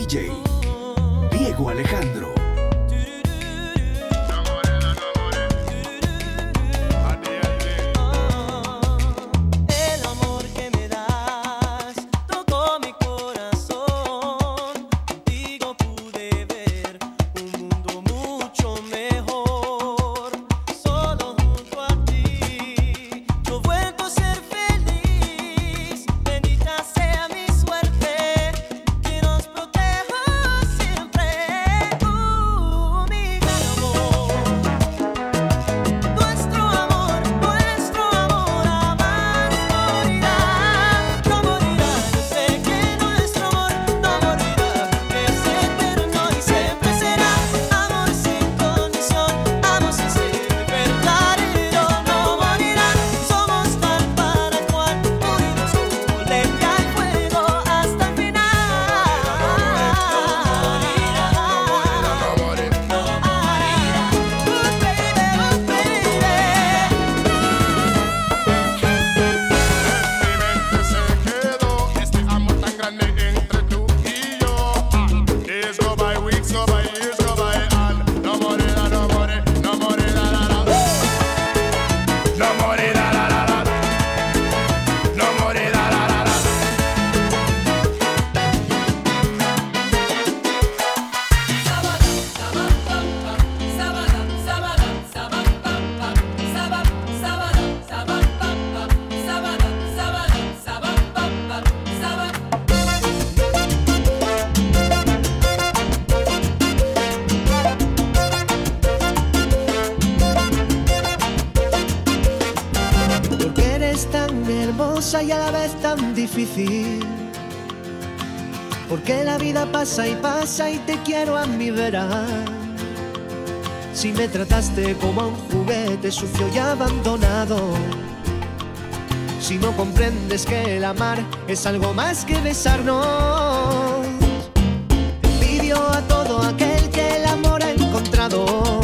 DJ Diego Alejandro. Y a la vez tan difícil, porque la vida pasa y te quiero a mi vera. Si me trataste como a un juguete sucio y abandonado, si no comprendes que el amar es algo más que besarnos, envidio a todo aquel que el amor ha encontrado.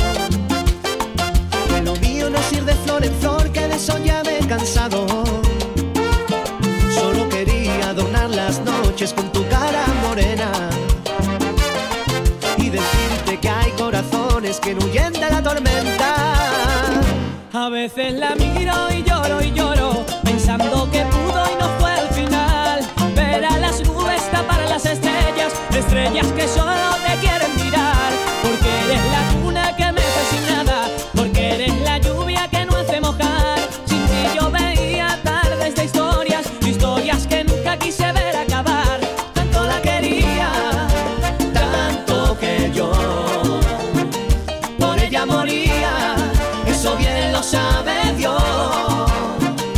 Que lo mío no es ir de flor en flor, que de eso ya me he cansado. Adornar las noches con tu cara morena y decirte que hay corazones que no huyen de la tormenta. A veces la miro y lloro, pensando que pudo y no fue al final. Ver a las nubes tapar las estrellas, estrellas que solo te quieren mirar. Porque eres la luna que mece sin nada, porque eres la lluvia que no hace mojar. Sin ti yo veía tardes de historias, historias que nunca quise ver acabar. Tanto la quería, tanto que yo por ella moría. Eso bien lo sabe Dios.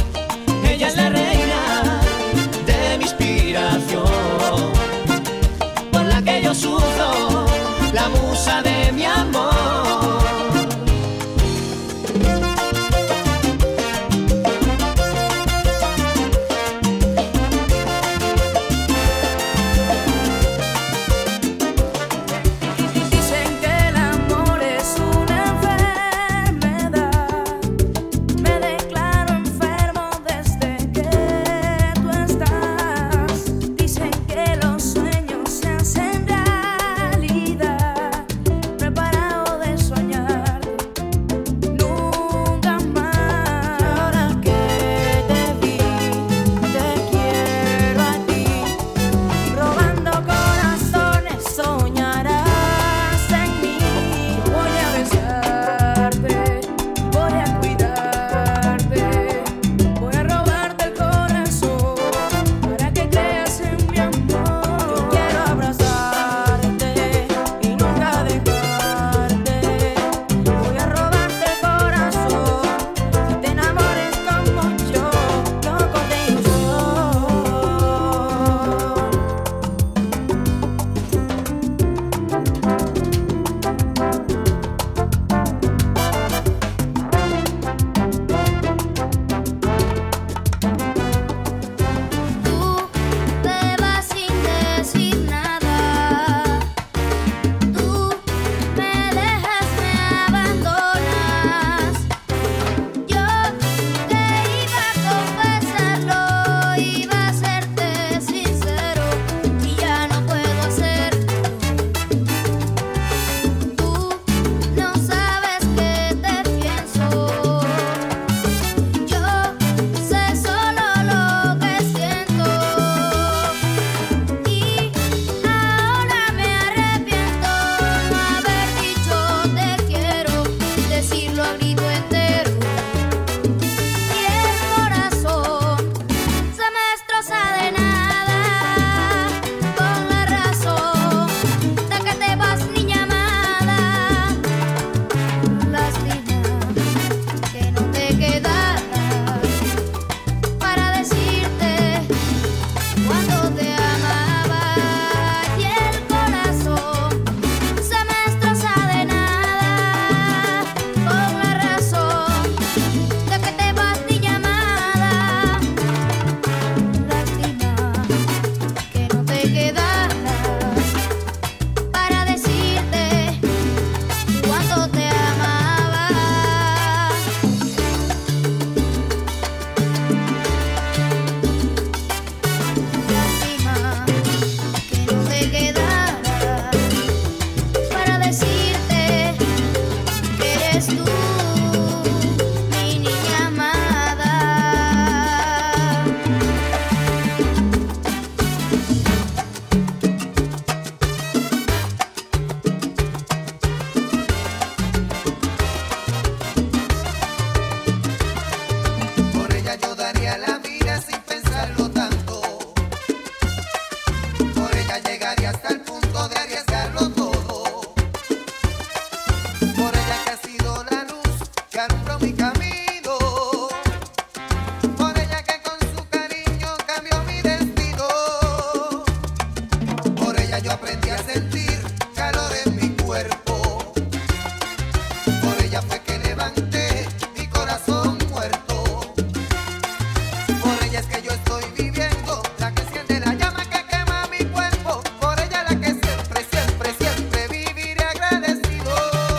yo aprendí a sentir calor en mi cuerpo. Por ella fue que levanté mi corazón muerto. Por ella es que yo estoy viviendo, la que enciende la llama que quema mi cuerpo. Por ella la que siempre, siempre, siempre viviré agradecido.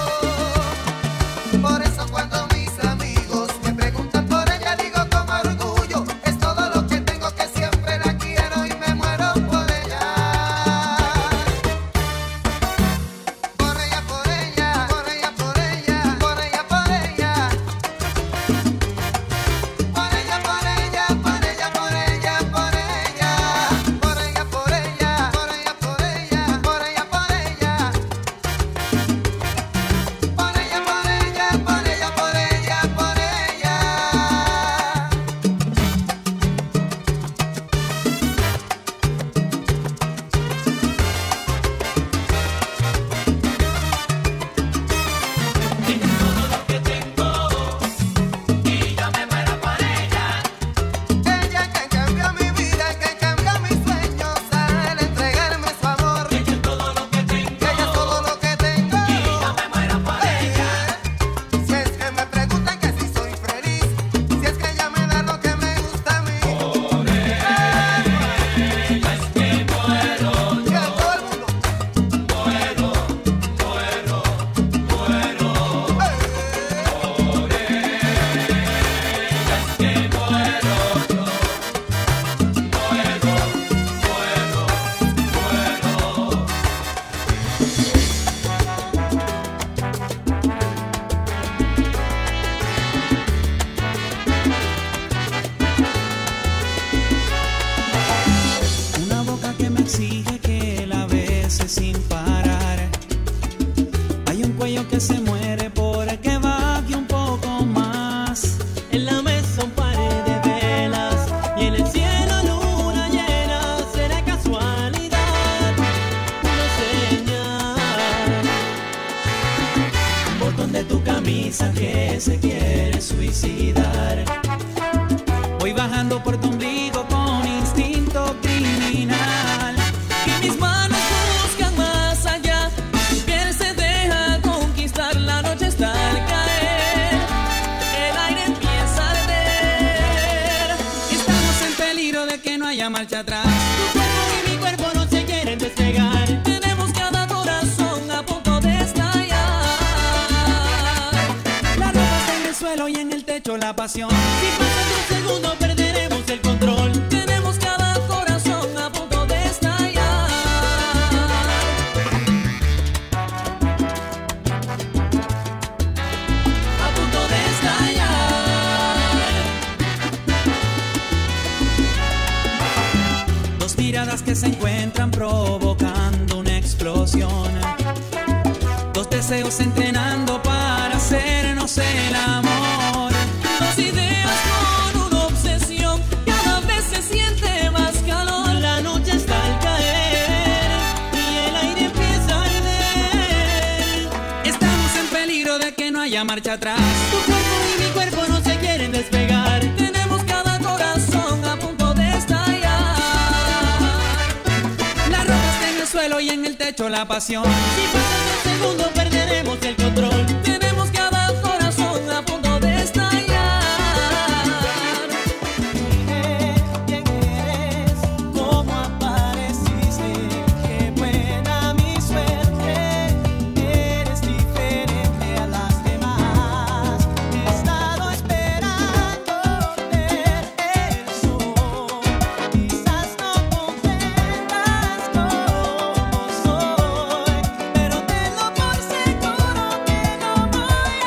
Por eso cuando mis amigos me preguntan por ella digo con orgullo, es todo lo que tengo, que siempre la quiero y me muero por ella. Por ella, por ella, por ella, por ella, por ella, por ella. Por ella, por ella, por ella, por ella, por ella. Por ella, por ella, por ella, por ella, por ella, por ella. Por ella, por ella, por ella, por ella, por ella. Ella que cambió mi vida, que cambió mis sueños al entregarme su amor. Ella es todo lo que tengo. Ella es todo lo que tengo. Y yo me muero por ella. Si es que me preguntan que si soy feliz, si es que ella me da lo que me gusta a mí. Por ella es que muero. Y a todo el mundo. Muero, muero, muero. Por ella es que muero. Una boca que me exige que la bese sin parar. Hay un cuello que se muere por el que baje un poco más. En la mesa un par de velas y en el cielo luna llena. Será casualidad, una señal. Un botón de tu camisa que se quiere suicidar. Voy bajando por tu ombligo con instinto criminal. Y mis manos buscan más allá. Mi piel se deja conquistar. La noche está al caer. El aire empieza a arder. Estamos en peligro de que no haya marcha atrás. Tu cuerpo y mi cuerpo no se quieren despegar. Tenemos cada corazón a punto de estallar. La ropa está en el suelo y en el techo la pasión. Si pasa un segundo perderemos el control. Tenemos cada corazón a punto de estallar. A punto de estallar. Dos miradas que se encuentran provocando una explosión. Dos deseos entrenando para hacernos el amor. Dos ideas con una obsesión. Cada vez se siente más calor. La noche está al caer y el aire empieza a arder. Estamos en peligro de que no haya marcha atrás. Tu cuerpo y mi cuerpo no se quieren despegar. Tenemos cada corazón a punto de estallar. La ropa está en el suelo y en el techo la pasión. Si pasa un segundo perderemos el control. Tenemos cada corazón a punto de estallar. ¿Quién eres? ¿Cómo apareciste? Qué buena mi suerte. Eres diferente a las demás. He estado esperando ver el sol. Quizás no comprendas cómo soy, pero tenlo por seguro que no voy a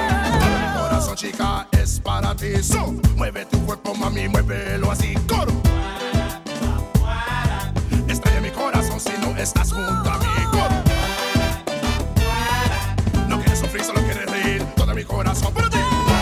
Mueve tu cuerpo, mami, muévelo así, coro. estás junto a mí. No quieres sufrir, solo quieres reír. Todo mi corazón por ti.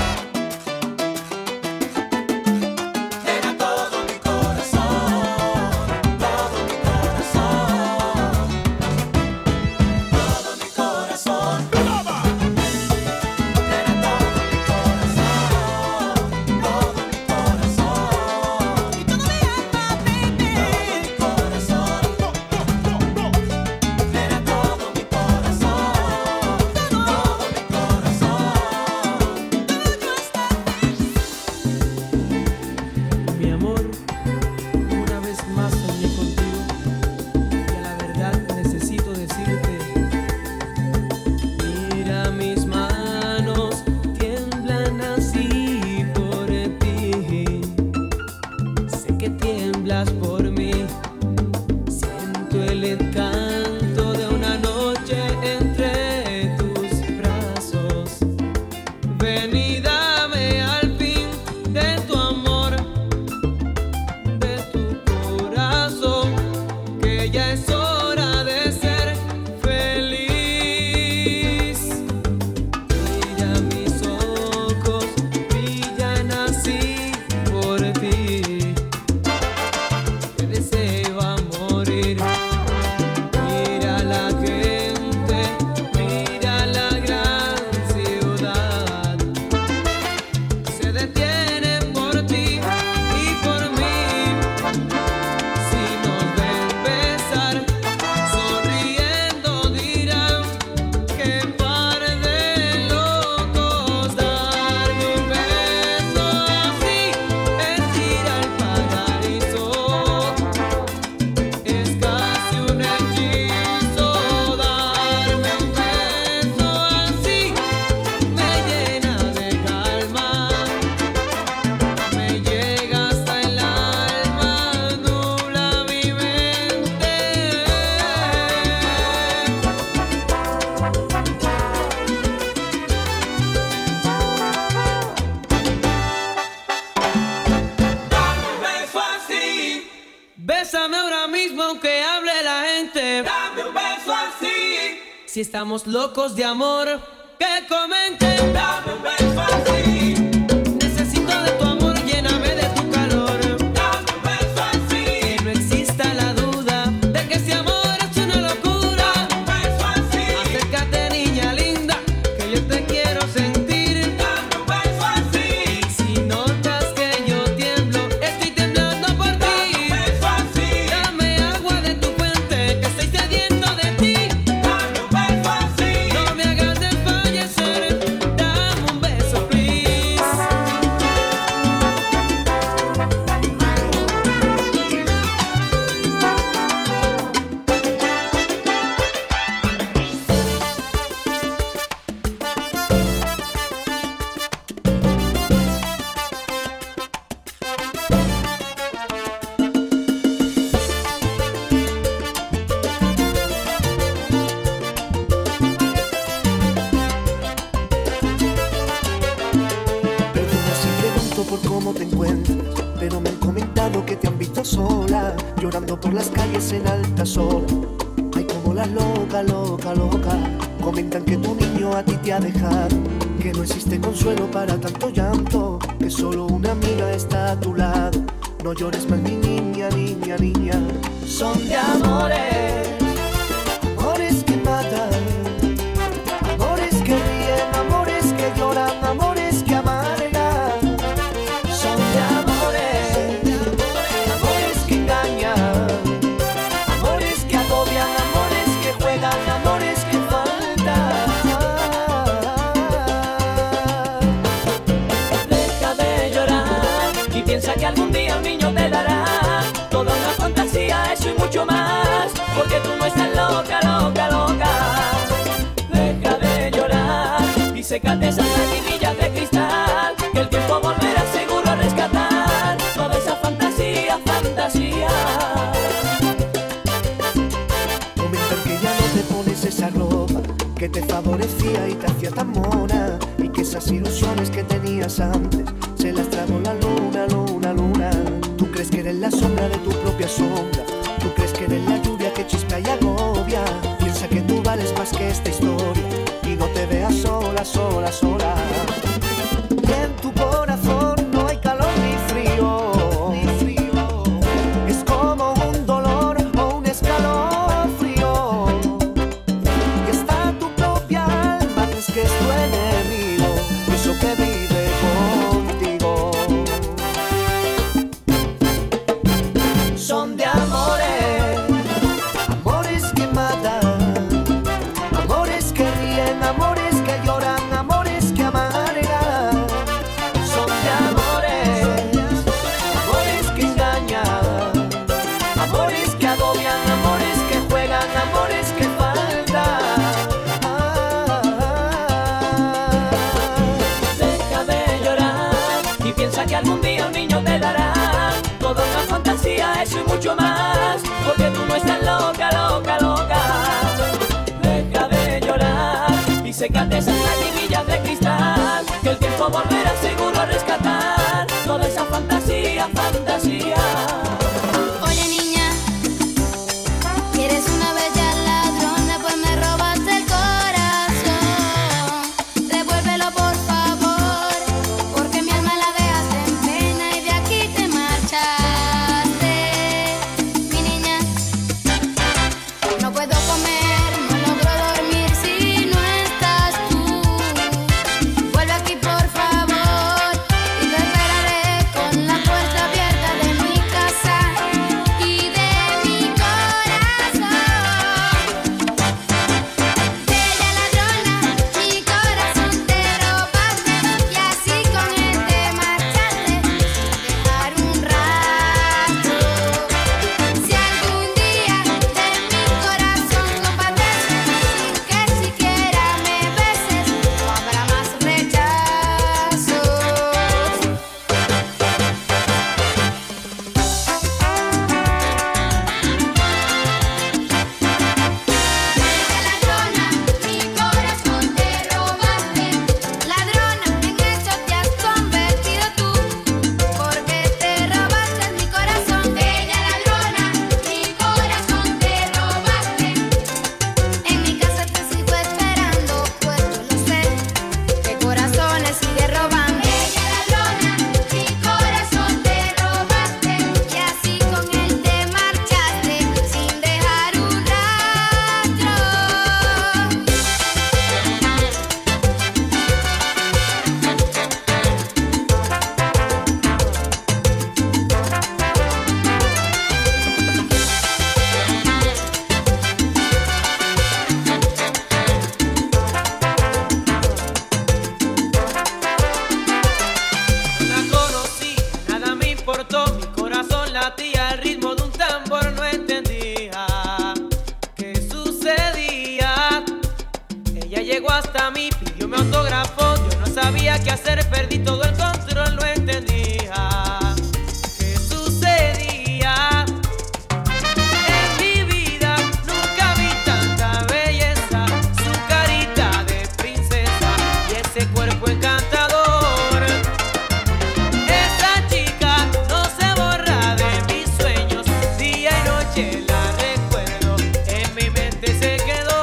Si estamos locos de amor, que comenten. Dame un beso así. Necesito de tu amor, lléname de tu calor. Dame un beso así. Que no exista la duda de que ese amor es una locura. Dame un beso así. Acércate, niña linda, que yo te quiero sentir. Dame un beso así. Si notas que yo tiemblo, estoy temblando por ti. Dame un beso así. Dame agua de tu fuente, que estoy sediento de ti. Llorando por las calles en altas horas. Ay, como la loca, loca, loca. Comentan que tu niño a ti te ha dejado, que no existe consuelo para tanto llanto, que solo una amiga está a tu lado. No llores más, mi niña, niña, niña. Son de amores, amores que matan, amores que ríen, amores que lloran, amores que amargan. Son de amores, amores que engañan, amores que agobian, amores que juegan, amores que faltan. Deja de llorar y piensa que algún día un niño te dará toda una fantasía, eso y mucho más, porque tú no estás loca, loca, loca. Deja de llorar y sécate esas lagrimillas de cristal, que el tiempo volverá seguro a rescatar toda esa fantasía, fantasía. Comentan que ya no te pones esa ropa que te favorecía y te hacía tan mona, y que esas ilusiones que tenías antes se las tragó la luna, luna, luna. Tú crees que eres la sombra de tu propia sombra, tú crees que eres la lluvia que chispea y agota. más que esta historia y no te veas sola, sola, sola. Y en tu corazón no hay calor ni frío, ni frío. Es como un dolor o un escalofrío. Y está tu propia alma, es que es tu enemigo, eso que vive contigo. Son de amores, amores que matan, amores que ríen, amores que lloran, amores que amargan. Son de amores, amores que engañan, amores que agobian, amores que juegan, amores que faltan. Deja de llorar y piensa que algún día un niño te dará toda una fantasía, eso y mucho más, porque tú no estás loca, loca, loca. Deja de llorar y sécate esas lagrimillas de cristal, que el tiempo volverá seguro a rescatar toda esa fantasía, fantasía. Oye niña, ¿quieres una bella ladrona? Pues me robaste el corazón. Devuélvelo por favor, porque mi alma la dejaste en pena y de aquí te marchaste. Mi niña, no puedo comer, no logro dormir si no estás tú. Vuelve aquí por favor y te esperaré con la puerta abierta de mi casa y de mi corazón. Bella ladrona, mi corazón te robaste y así con él te marchaste sin dejar un rastro. Si algún día de mi corazón compadeces sin que siquiera me beses, no habrá más rechazos. Ladrona, mi corazón te robaste. Ladrona, en eso te has convertido tú, porque te robaste mi corazón. Bella ladrona, mi corazón te robaste. En mi casa te sigo esperando, pues yo lo sé, que corazones sigue robando. Bella ladrona, mi corazón te robaste y así con él te marchaste sin dejar un rastro. La conocí, nada me importó, mi corazón latía al ritmo de un tambor, no entendía qué sucedía. Ella llegó hasta mí, pidió mi autógrafo, yo no sabía qué hacer, perdí todo el control, no entendía qué sucedía. En mi vida nunca vi tanta belleza, su carita de princesa y ese cuerpo encantador. Esa chica no se borra de mis sueños, día y noche la recuerdo, en mi mente se quedó.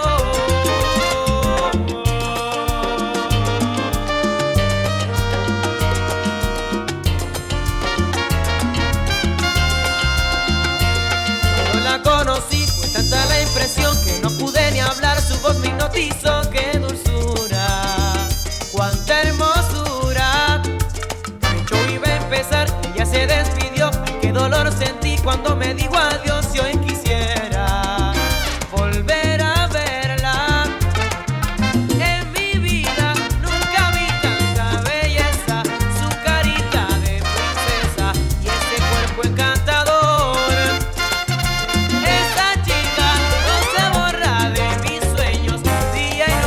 Cuando la conocí fue tanta la impresión que no pude ni hablar, su voz me hipnotizó, qué dulzura, cuánta hermosura. El show iba a empezar, ella se despidió, ay, qué dolor sentí cuando me dijo adiós y hoy quisiera volver a verla. En mi vida nunca vi tanta belleza, su carita de princesa y ese cuerpo encantador. Esta chica no se borra de mis sueños, día y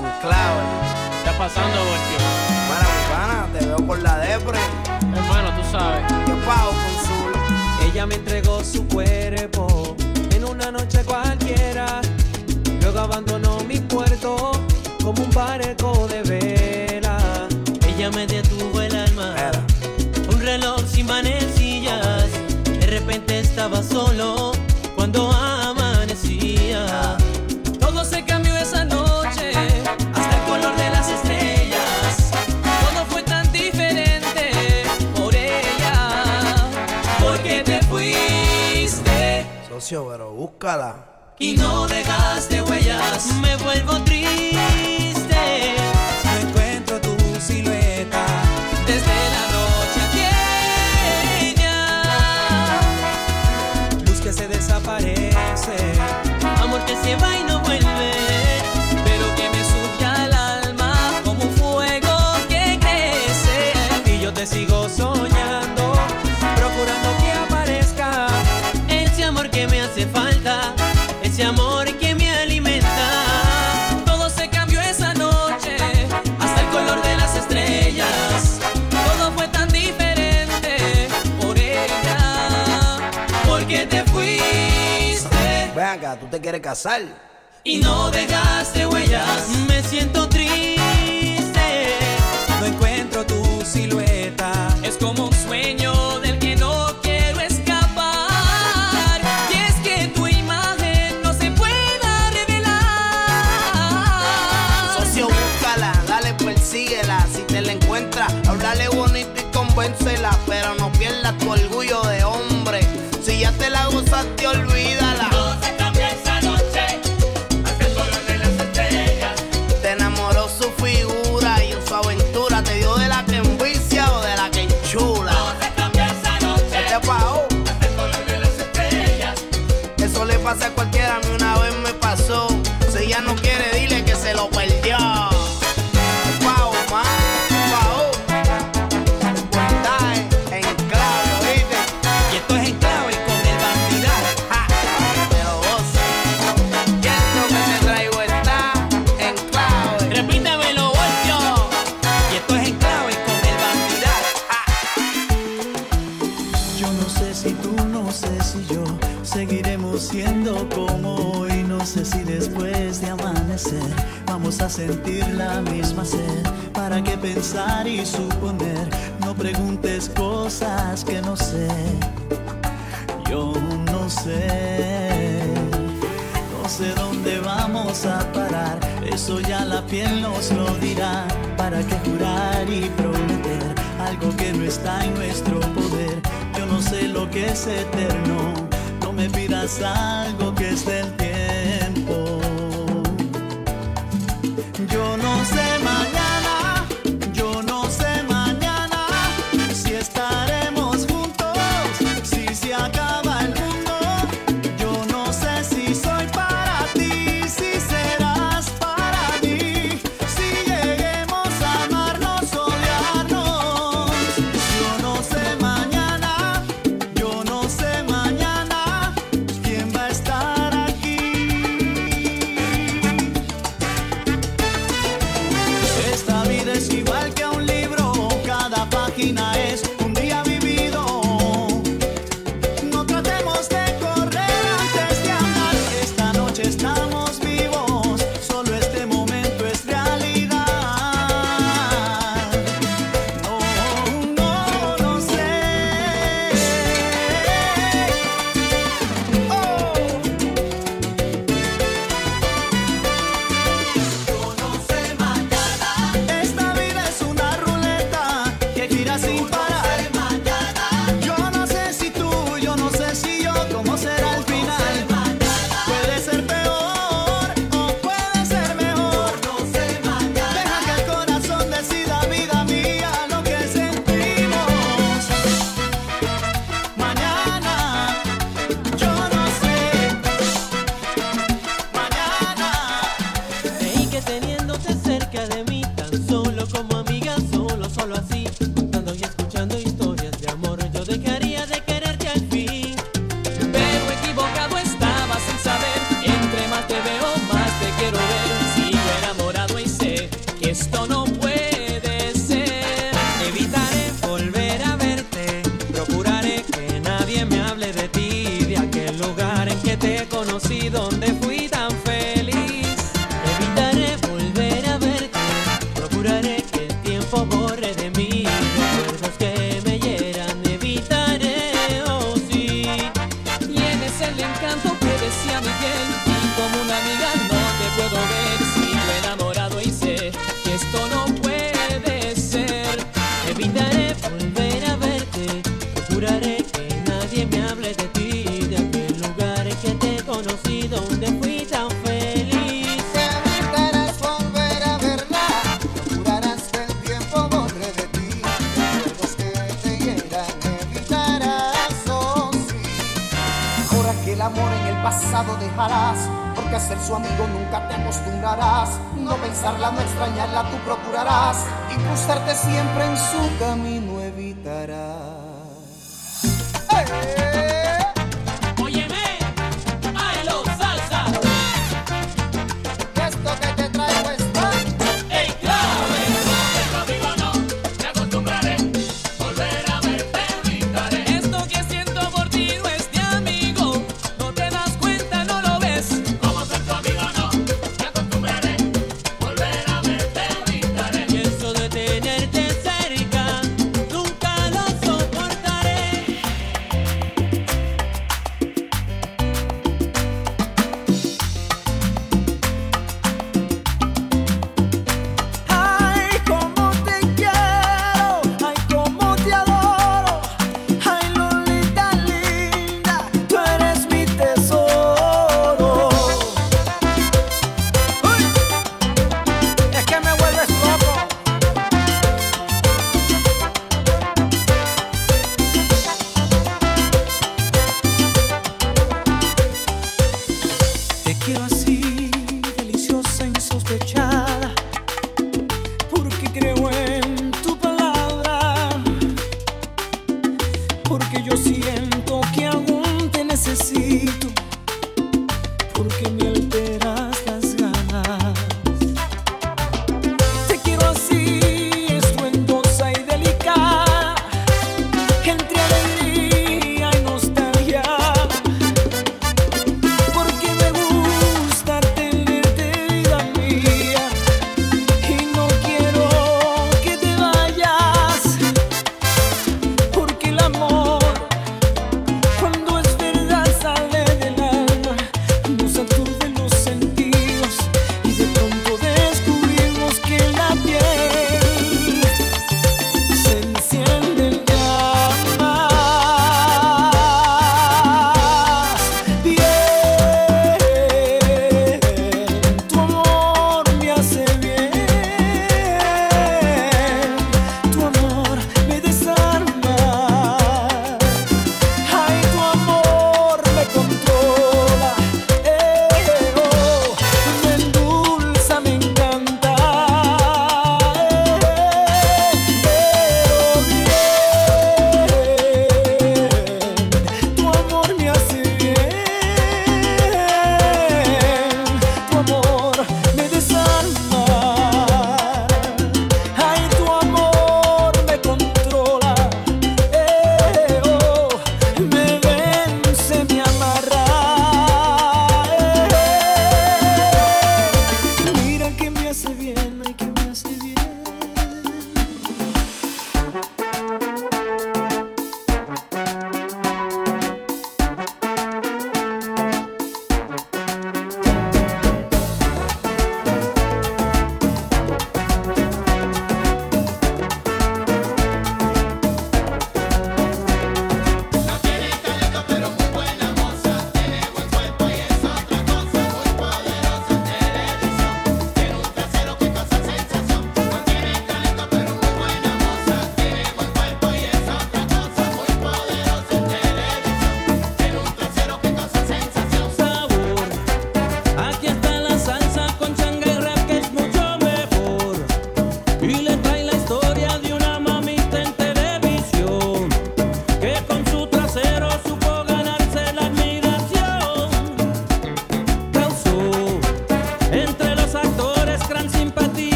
En clave. ¿Qué está pasando, Voltio? Para mi pana, te veo por la depre. Hermano, tú sabes. Yo pago con Zulu. Ella me entregó su cuerpo en una noche cualquiera. Luego abandonó mi puerto como un barco de vela. Ella me detuvo el alma. Un reloj sin manecillas. De repente estaba solo cuando amanecía. Todo se cambió esa noche, hasta el color de las estrellas. Todo fue tan diferente por ella, porque te fuiste Socio, pero búscala. y no dejaste huellas. Me vuelvo triste. No encuentro tu silueta. Desde la noche aquella, Luz que se desaparece. Amor que se va y no vuelve. pero que me sube al alma como un fuego que crece. Y yo te sigo soñando, procurando que aparezca. Ese amor que me hace falta. Ese amor que me alimenta. Todo se cambió esa noche, hasta el color de las estrellas. Todo fue tan diferente por ella, porque te fuiste Ven acá, ¿tú te quieres casar? y no dejaste huellas. Me siento triste. No encuentro tu silueta. Es como un sueño del que no quiero escapar. Y es que tu imagen no se pueda revelar. Socio, búscala, dale, persíguela. Si te la encuentras, háblale bonito y convéncela. Pero no pierdas tu orgullo de hombre. Si ya te la gozaste, olvídala. Se cambió esa noche, hasta el color de las estrellas. Te enamoró su figura y en su aventura te dio de la que envicia o de la que enchula. Se cambió esa noche, ¿Qué te pasó? hasta el color de las estrellas. Eso le pasa a cualquiera, a mí una vez me pasó. Si ella no quiere, dile que se lo perdió. Pau, man, pau. Reportaje en clave, ¿oíste? Y esto es en clave con el bandidaje. Ja, pero vos, y esto que te traigo está en clave. Repítamelo, Voltio. Y esto es en clave con el bandidaje. Yo no sé si tú, no sé si yo seguiremos siendo como hoy. No sé si después de amanecer vamos a sentir la misma sed. ¿Para qué pensar y suponer? No preguntes cosas que no sé. Yo no sé. No sé dónde vamos a parar. Eso ya la piel nos lo dirá. ¿Para qué jurar y prometer algo que no está en nuestro poder? Yo no sé lo que es eterno. No me pidas algo que es del tiempo. Yo no sé mañana. Yo no sé mañana si estaremos juntos, si se acaba el mundo. Yo no sé si soy para ti, si serás para mí, si lleguemos a amarnos, odiarnos. Yo no sé mañana, yo no sé mañana quién va a estar aquí. Esta vida es igual que un libro, cada página es un día vivido. No tratemos de correr antes de hablar. Esta noche estamos vivos, solo este momento es realidad. No, no, no sé. Oh. Yo no sé mañana. Esta vida es una ruleta que gira sin parar. Yo no sé si tú, yo no sé si yo, cómo será el final. Puede ser peor o puede ser mejor. Deja que el corazón decida, vida mía, lo que sentimos. Mañana, yo no sé. Mañana. Creí que teniéndote cerca de mí, tan solo como amiga, solo así, contando y escuchando historias de amor, yo dejaría de quererte al fin. Pero equivocado estaba sin saber. Entre más te veo, más te quiero ver. Sigo enamorado y esto no puede ser. Evitaré volver a verte, procuraré que nadie me hable de ti, de aquel lugar en que te conocí, donde fui tan feliz. Evitaré volver a verte, procuraré que el tiempo borre de mí recuerdos que me hieran. Evitaré, oh sí. Tienes el encanto que decía Miguel, y como una amiga no te puedo ver. Sigo enamorado y sé que esto no puede ser. Evitaré volver a verte, procuraré que nadie me hable de ti, de aquel lugar en que te conocí, donde fui tan feliz. Evitarás volver a verla, procurarás que el tiempo borre de ti recuerdos que te hieran. Evitarás, oh sí. Ahora que el amor en el pasado dejarás, porque a ser su amigo nunca te acostumbrarás. No pensarla, no extrañarla, tú procurarás, y cruzarte siempre en su camino evitarás. Óyeme, bailo salsa, Esto que te traigo está en clave. Contigo no me acostumbraré, volver a verte evitaré. Esto que siento por ti no es de amigo, no te das cuenta, no lo ves. Como ser tu amigo no me acostumbraré, volver a verte evitaré. Y eso de tenerte cerca, nunca lo soportaré.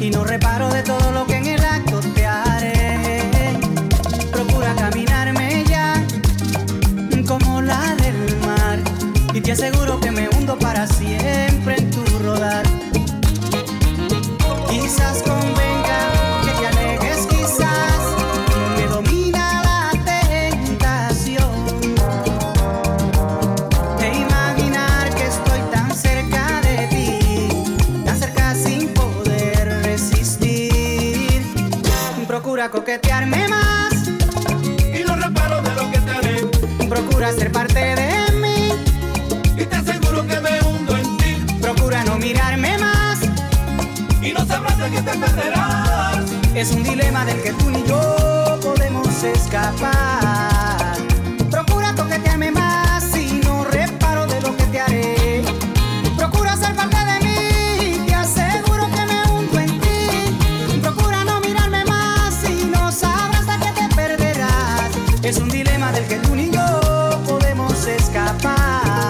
y no reparo de todo lo que en el acto te haré. Procura caminarme ya como la del mar y te aseguro que me hundo para siempre en tu rodar. Quizás convenga que te alejes, quizás me domina la tentación de imaginar que estoy tan cerca de ti, tan cerca sin poder resistir. Procura coquetearme más y no reparo de lo que te haré. Procura ser parte de mí y te aseguro que me hundo en ti. Procura no mirarme más y no sabrás de que te perderás. Es un dilema del que tú ni yo podemos escapar. Procura coquetearme más y no reparo de lo que te haré. Procura ser parte de mí, te aseguro que me hundo en ti. Procura no mirarme más y no sabrás de que te perderás. Es un dilema del que tú ni yo podemos escapar.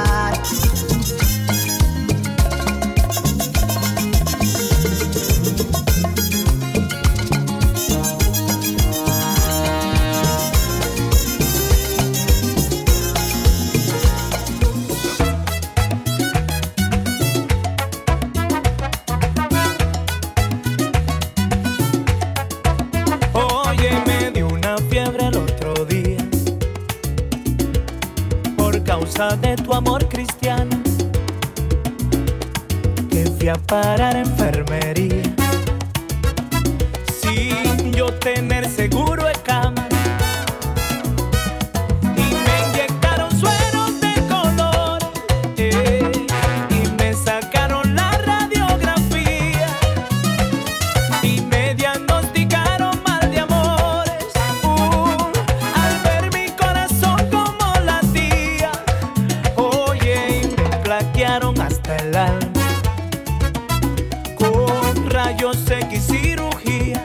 De tu amor cristiano, que fui a parar a enfermería sin yo tener seguro de cama, y me inyectaron sueros de colores, y me sacaron la radiografía y me diagnosticaron mal de amores. Al ver mi corazón como latía, plaquearon hasta el alma con rayos X cirugía.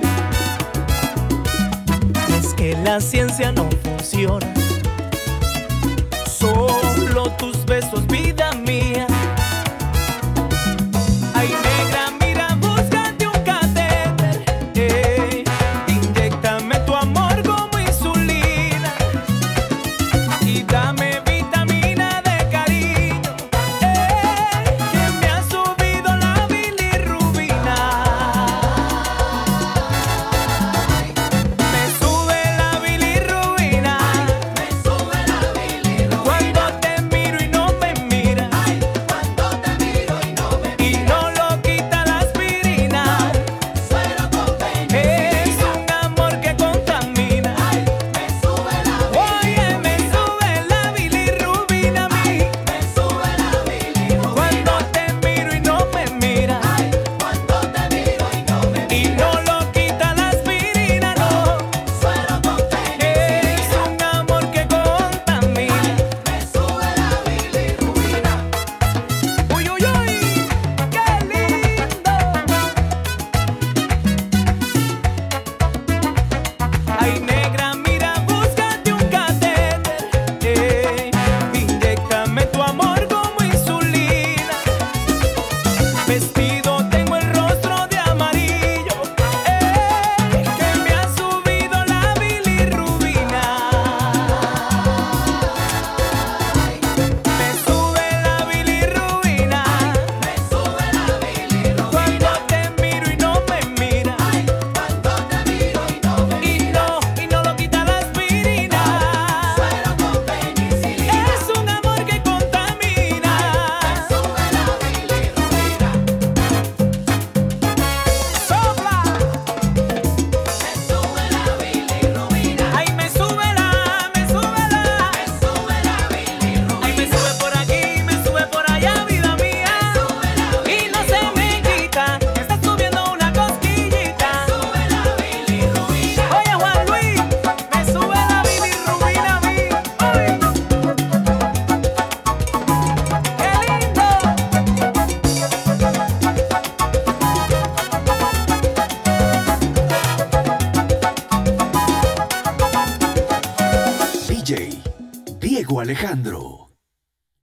Es que la ciencia no funciona, solo tus besos, vida mía. Ay, negra, mira, búscate un catéter, inyéctame tu amor como insulina y dame vitamina de cariño. Diego Alejandro.